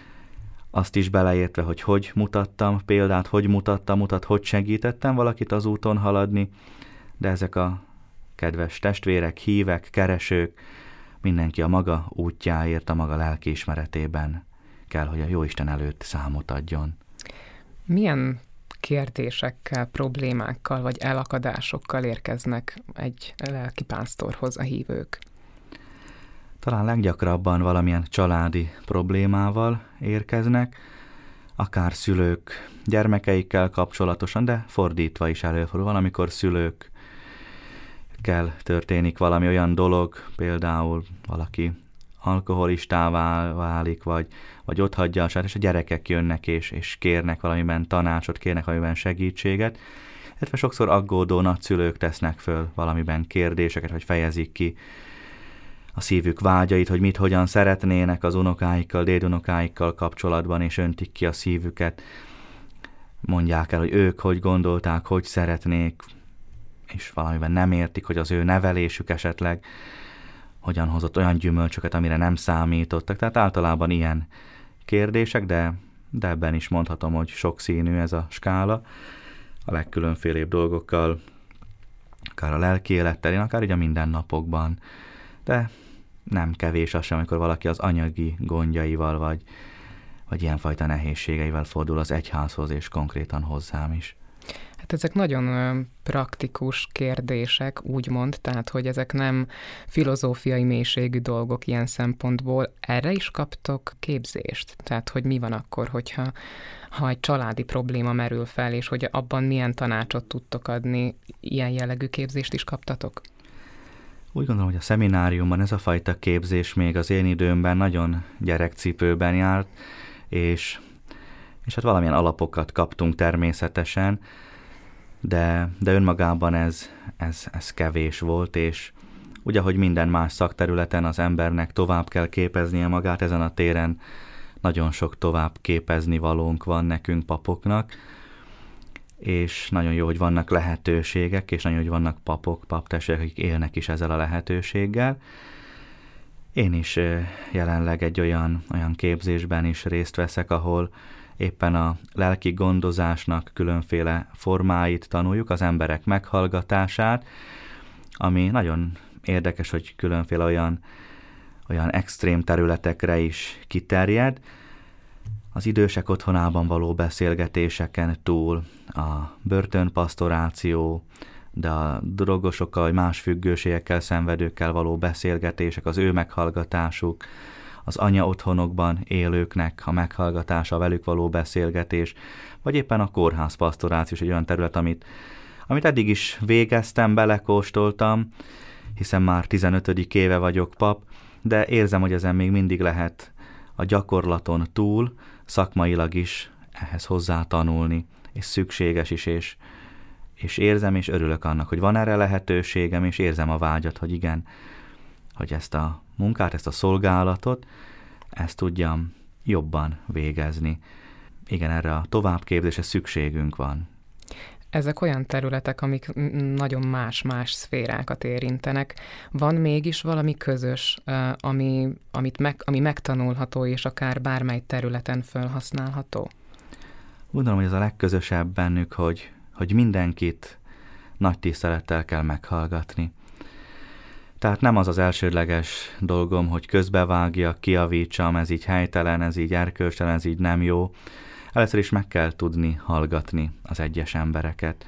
S2: Azt is beleértve, hogy mutattam példát, hogy segítettem valakit az úton haladni, de ezek a kedves testvérek, hívek, keresők, mindenki a maga útjáért, a maga lelkiismeretében kell, hogy a Jóisten előtt számot adjon.
S1: Milyen kérdésekkel, problémákkal vagy elakadásokkal érkeznek egy lelkipásztorhoz a hívők?
S2: Talán leggyakrabban valamilyen családi problémával érkeznek, akár szülők gyermekeikkel kapcsolatosan, de fordítva is előfordul. Van, amikor szülőkkel történik valami olyan dolog, például valaki alkoholistává válik, vagy ott hagyja a saját, és a gyerekek jönnek és kérnek valamiben tanácsot, kérnek valamiben segítséget, illetve sokszor aggódó nagyszülők tesznek föl valamiben kérdéseket, vagy fejezik ki a szívük vágyait, hogy mit, hogyan szeretnének az unokáikkal, dédunokáikkal kapcsolatban, és öntik ki a szívüket, mondják el, hogy ők hogy gondolták, hogy szeretnék, és valamiben nem értik, hogy az ő nevelésük esetleg hogyan hozott olyan gyümölcsöket, amire nem számítottak. Tehát általában ilyen kérdések, de ebben is mondhatom, hogy sokszínű ez a skála, a legkülönfélébb dolgokkal, akár a lelki életterén, akár így a mindennapokban. De nem kevés az sem, amikor valaki az anyagi gondjaival, vagy ilyenfajta nehézségeivel fordul az egyházhoz, és konkrétan hozzám is.
S1: Hát ezek nagyon praktikus kérdések, úgymond, tehát hogy ezek nem filozófiai mélységű dolgok ilyen szempontból. Erre is kaptok képzést? Tehát, hogy mi van akkor, hogyha egy családi probléma merül fel, és hogy abban milyen tanácsot tudtok adni, ilyen jellegű képzést is kaptatok?
S2: Úgy gondolom, hogy a szemináriumban ez a fajta képzés még az én időmben nagyon gyerekcipőben járt, és hát valamilyen alapokat kaptunk természetesen, de önmagában ez kevés volt, és úgy, ahogy minden más szakterületen az embernek tovább kell képeznie magát, ezen a téren nagyon sok tovább képezni valónk van nekünk papoknak, és nagyon jó, hogy vannak lehetőségek, és nagyon jó, hogy vannak papok, paptestvérek, akik élnek is ezzel a lehetőséggel. Én is jelenleg egy olyan képzésben is részt veszek, ahol éppen a lelki gondozásnak különféle formáit tanuljuk, az emberek meghallgatását, ami nagyon érdekes, hogy különféle olyan extrém területekre is kiterjed. Az idősek otthonában való beszélgetéseken túl a börtönpasztoráció, de a drogosokkal vagy más függőségekkel, szenvedőkkel való beszélgetések, az ő meghallgatásuk, az anya otthonokban élőknek a meghallgatása, velük való beszélgetés, vagy éppen a kórházpasztoráció is egy olyan terület, amit eddig is végeztem, belekóstoltam, hiszen már 15. éve vagyok pap, de érzem, hogy ezen még mindig lehet a gyakorlaton túl szakmailag is ehhez hozzá tanulni, és szükséges is, és érzem, és örülök annak, hogy van erre lehetőségem, és érzem a vágyat, hogy igen, hogy ezt a munkát, ezt a szolgálatot, ezt tudjam jobban végezni. Igen, erre a továbbképzésre szükségünk van.
S1: Ezek olyan területek, amik nagyon más szférákat érintenek. Van mégis valami közös, ami megtanulható, és akár bármely területen felhasználható?
S2: Gondolom, hogy ez a legközösebb bennük, hogy mindenkit nagy tisztelettel kell meghallgatni. Tehát nem az az elsődleges dolgom, hogy közbevágjak, kijavítsam, ez így helytelen, ez így erkölcstelen, ez így nem jó. Először is meg kell tudni hallgatni az egyes embereket,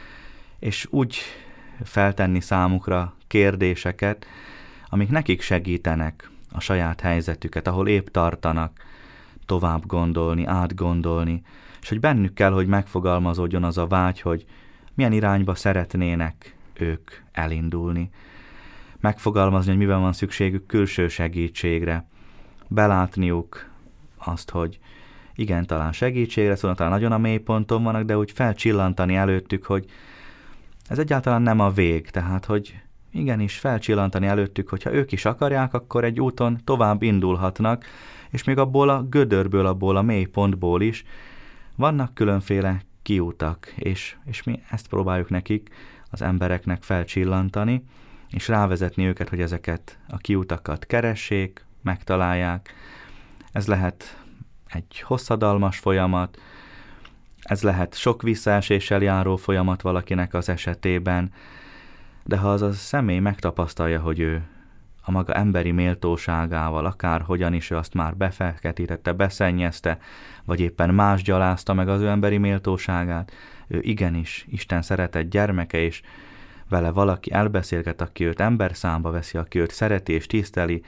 S2: és úgy feltenni számukra kérdéseket, amik nekik segítenek a saját helyzetüket, ahol épp tartanak, tovább gondolni, átgondolni, és hogy bennük kell, hogy megfogalmazódjon az a vágy, hogy milyen irányba szeretnének ők elindulni. Megfogalmazni, hogy miben van szükségük külső segítségre, belátniuk azt, hogy igen, talán segítségre, szóval talán nagyon a mélyponton vannak, de úgy felcsillantani előttük, hogy ez egyáltalán nem a vég, tehát hogy igenis felcsillantani előttük, hogyha ők is akarják, akkor egy úton tovább indulhatnak, és még abból a gödörből, abból a mélypontból is vannak különféle kiutak, és mi ezt próbáljuk nekik, az embereknek felcsillantani, és rávezetni őket, hogy ezeket a kiutakat keressék, megtalálják. Ez lehet egy hosszadalmas folyamat, ez lehet sok visszaeséssel járó folyamat valakinek az esetében, de ha az a személy megtapasztalja, hogy ő a maga emberi méltóságával, akárhogyan is ő azt már befeketítette, beszennyezte, vagy éppen más gyalázta meg az ő emberi méltóságát, ő igenis Isten szeretett gyermeke, és vele valaki elbeszélget, aki őt emberszámba veszi, aki őt szereti és tiszteli,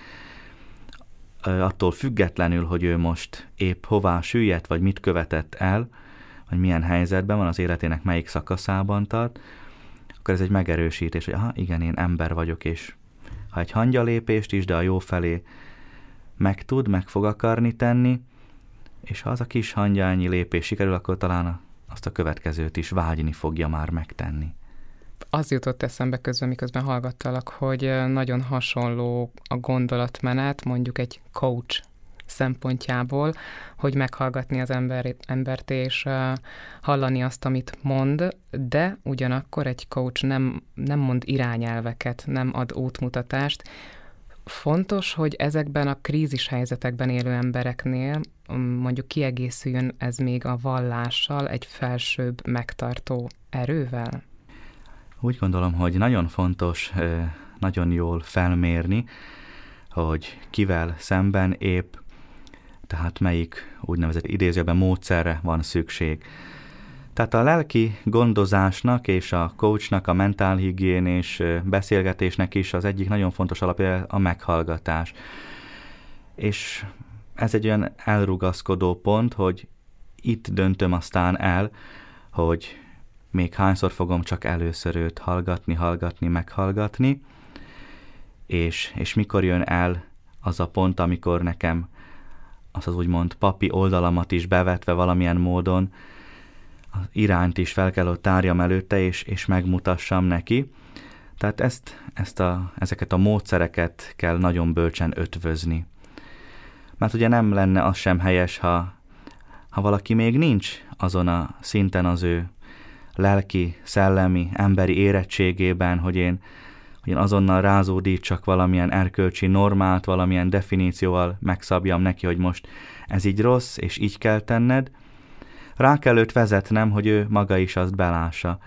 S2: attól függetlenül, hogy ő most épp hová süllyedt, vagy mit követett el, vagy milyen helyzetben van, az életének melyik szakaszában tart, akkor ez egy megerősítés, hogy aha, igen, én ember vagyok, és ha egy hangyalépést is, de a jó felé meg fog akarni tenni, és ha az a kis hangyányi lépés sikerül, akkor talán azt a következőt is vágyni fogja már megtenni.
S1: Az jutott eszembe közben, miközben hallgattalak, hogy nagyon hasonló a gondolatmenet, mondjuk egy coach szempontjából, hogy meghallgatni az embert és hallani azt, amit mond, de ugyanakkor egy coach nem mond irányelveket, nem ad útmutatást. Fontos, hogy ezekben a krízis helyzetekben élő embereknél mondjuk kiegészüljön ez még a vallással, egy felsőbb megtartó erővel?
S2: Úgy gondolom, hogy nagyon fontos, nagyon jól felmérni, hogy kivel szemben épp, tehát melyik úgynevezett idézőben módszerre van szükség. Tehát a lelki gondozásnak és a coachnak, a mentálhigiénés beszélgetésnek is az egyik nagyon fontos alapja a meghallgatás. És ez egy olyan elrugaszkodó pont, hogy itt döntöm aztán el, hogy még hányszor fogom csak először őt hallgatni, meghallgatni, és mikor jön el az a pont, amikor nekem az úgymond papi oldalamat is bevetve valamilyen módon, irányt is fel kell, hogy tárjam előtte, és megmutassam neki. Tehát ezeket a módszereket kell nagyon bölcsen ötvözni. Mert ugye nem lenne az sem helyes, ha valaki még nincs azon a szinten az ő lelki, szellemi, emberi érettségében, hogy én azonnal rázódítsak valamilyen erkölcsi normát, valamilyen definícióval megszabjam neki, hogy most ez így rossz, és így kell tenned. Rá kell őt vezetnem, hogy ő maga is azt belássa.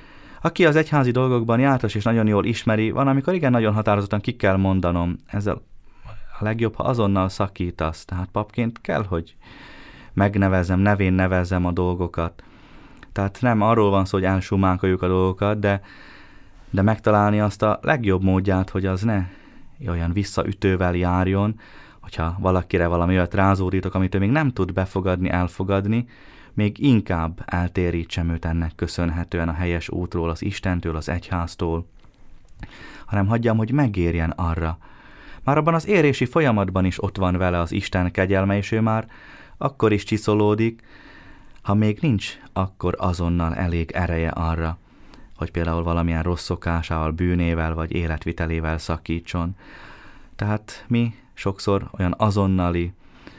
S2: Aki az egyházi dolgokban jártas és nagyon jól ismeri, van, amikor igen, nagyon határozottan ki kell mondanom. Ezzel a legjobb, ha azonnal szakítasz. Tehát papként kell, hogy megnevezzem, nevén nevezzem a dolgokat. Tehát nem arról van szó, hogy elsumánkoljuk a dolgokat, de megtalálni azt a legjobb módját, hogy az ne olyan visszaütővel járjon, hogyha valakire valami olyat rázódítok, amit ő még nem tud befogadni, elfogadni, még inkább eltérítsem őt ennek köszönhetően a helyes útról, az Istentől, az egyháztól, hanem hagyjam, hogy megérjen arra. Már abban az érési folyamatban is ott van vele az Isten kegyelme, és ő már akkor is csiszolódik, ha még nincs, akkor azonnal elég ereje arra, hogy például valamilyen rossz szokásával, bűnével vagy életvitelével szakítson. Tehát mi sokszor olyan azonnali,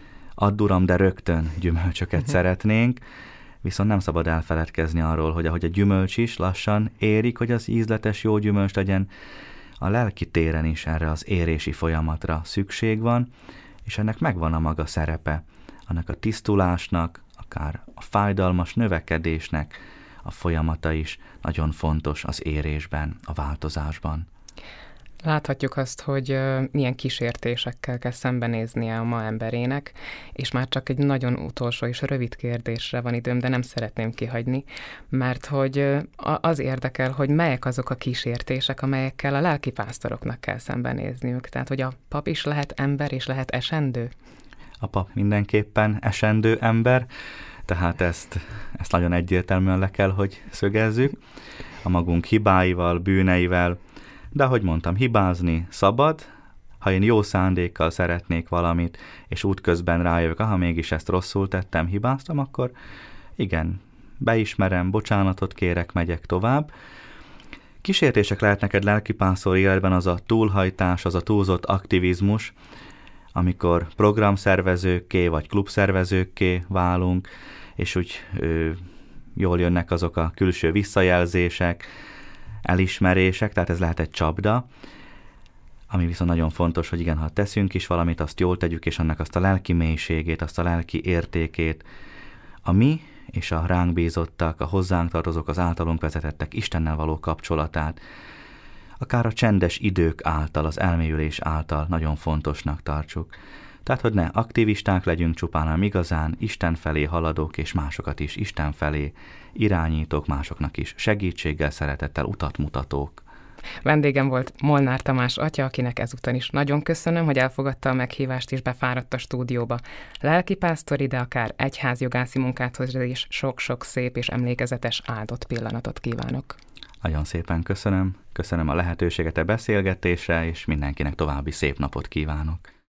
S2: add Uram, de rögtön gyümölcsöket szeretnénk, viszont nem szabad elfeledkezni arról, hogy ahogy a gyümölcs is lassan érik, hogy az ízletes jó gyümölcs legyen, a lelki téren is erre az érési folyamatra szükség van, és ennek megvan a maga szerepe, annak a tisztulásnak, akár a fájdalmas növekedésnek a folyamata is nagyon fontos az érésben, a változásban.
S1: Láthatjuk azt, hogy milyen kísértésekkel kell szembenéznie a ma emberének, és már csak egy nagyon utolsó és rövid kérdésre van időm, de nem szeretném kihagyni, mert hogy az érdekel, hogy melyek azok a kísértések, amelyekkel a lelkipásztoroknak kell szembenézniük. Tehát, hogy a pap is lehet ember, és lehet esendő?
S2: A pap mindenképpen esendő ember, tehát ezt nagyon egyértelműen le kell, hogy szögezzük, a magunk hibáival, bűneivel, de ahogy mondtam, hibázni szabad, ha én jó szándékkal szeretnék valamit, és útközben rájövök, aha, mégis ezt rosszul tettem, hibáztam, akkor igen, beismerem, bocsánatot kérek, megyek tovább. Kísértések lehet neked lelkipásztor életben az a túlhajtás, az a túlzott aktivizmus, amikor programszervezőkké vagy klubszervezőkké válunk, és úgy jól jönnek azok a külső visszajelzések, elismerések, tehát ez lehet egy csapda, ami viszont nagyon fontos, hogy igen, ha teszünk is valamit, azt jól tegyük, és annak azt a lelki mélységét, azt a lelki értékét, a mi és a ránk bízottak, a hozzánk tartozók, az általunk vezetettek Istennel való kapcsolatát, akár a csendes idők által, az elmélyülés által nagyon fontosnak tartsuk. Tehát, hogy ne aktivisták legyünk csupán, hanem igazán Isten felé haladók, és másokat is Isten felé irányítók, másoknak is segítséggel, szeretettel utat mutatók.
S1: Vendégem volt Molnár Tamás atya, akinek ezúttal is nagyon köszönöm, hogy elfogadta a meghívást és befáradt a stúdióba. Lelkipásztori, de akár egyházjogászi munkáthoz is sok-sok szép és emlékezetes áldott pillanatot kívánok.
S2: Nagyon szépen köszönöm. Köszönöm a lehetőséget a beszélgetésre, és mindenkinek további szép napot kívánok.